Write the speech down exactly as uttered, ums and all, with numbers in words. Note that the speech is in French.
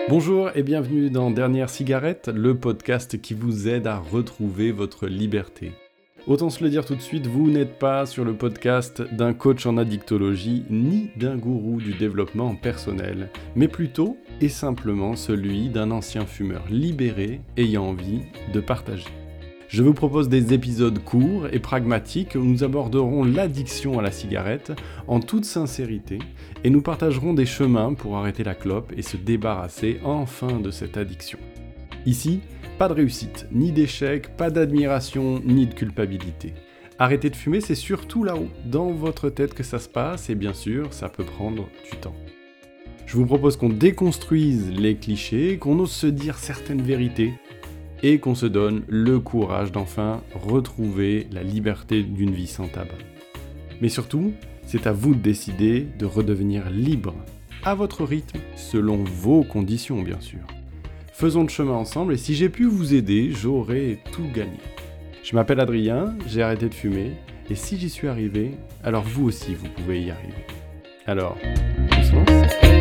Bonjour et bienvenue dans Dernière Cigarette, le podcast qui vous aide à retrouver votre liberté. Autant se le dire tout de suite, vous n'êtes pas sur le podcast d'un coach en addictologie ni d'un gourou du développement personnel, mais plutôt et simplement celui d'un ancien fumeur libéré ayant envie de partager. Je vous propose des épisodes courts et pragmatiques où nous aborderons l'addiction à la cigarette en toute sincérité et nous partagerons des chemins pour arrêter la clope et se débarrasser enfin de cette addiction. Ici, pas de réussite, ni d'échec, pas d'admiration, ni de culpabilité. Arrêter de fumer, c'est surtout là-haut, dans votre tête que ça se passe et bien sûr, ça peut prendre du temps. Je vous propose qu'on déconstruise les clichés, qu'on ose se dire certaines vérités, et qu'on se donne le courage d'enfin retrouver la liberté d'une vie sans tabac. Mais surtout, c'est à vous de décider de redevenir libre, à votre rythme, selon vos conditions bien sûr. Faisons le chemin ensemble et si j'ai pu vous aider, j'aurai tout gagné. Je m'appelle Adrien, j'ai arrêté de fumer, et si j'y suis arrivé, alors vous aussi vous pouvez y arriver. Alors, on se lance ?